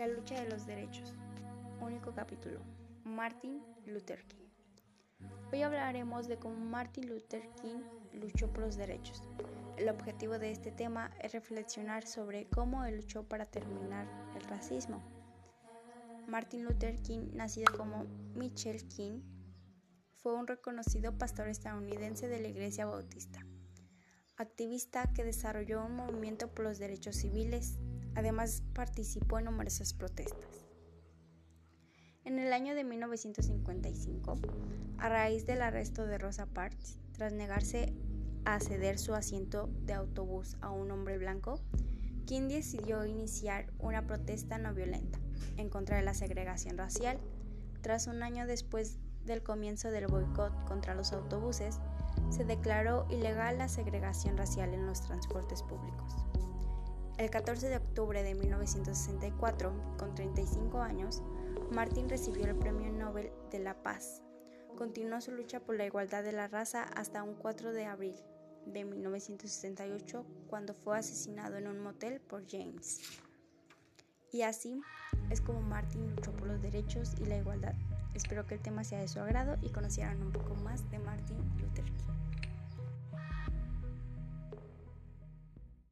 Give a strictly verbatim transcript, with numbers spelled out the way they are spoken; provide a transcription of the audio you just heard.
La lucha de los derechos. Único capítulo. Martin Luther King. Hoy hablaremos de cómo Martin Luther King luchó por los derechos. El objetivo de este tema es reflexionar sobre cómo él luchó para terminar el racismo. Martin Luther King, nacido como Michael King, fue un reconocido pastor estadounidense de la Iglesia Bautista, activista que desarrolló un movimiento por los derechos civiles. Además, participó en numerosas protestas. En el año de mil novecientos cincuenta y cinco, a raíz del arresto de Rosa Parks, tras negarse a ceder su asiento de autobús a un hombre blanco, King decidió iniciar una protesta no violenta en contra de la segregación racial. Tras un año después del comienzo del boicot contra los autobuses, se declaró ilegal la segregación racial en los transportes públicos. El catorce de octubre de mil novecientos sesenta y cuatro, con treinta y cinco años, Martin recibió el Premio Nobel de la Paz. Continuó su lucha por la igualdad de la raza hasta un cuatro de abril de mil novecientos sesenta y ocho, cuando fue asesinado en un motel por James. Y así es como Martin luchó por los derechos y la igualdad. Espero que el tema sea de su agrado y conocieran un poco más de Martin Luther King.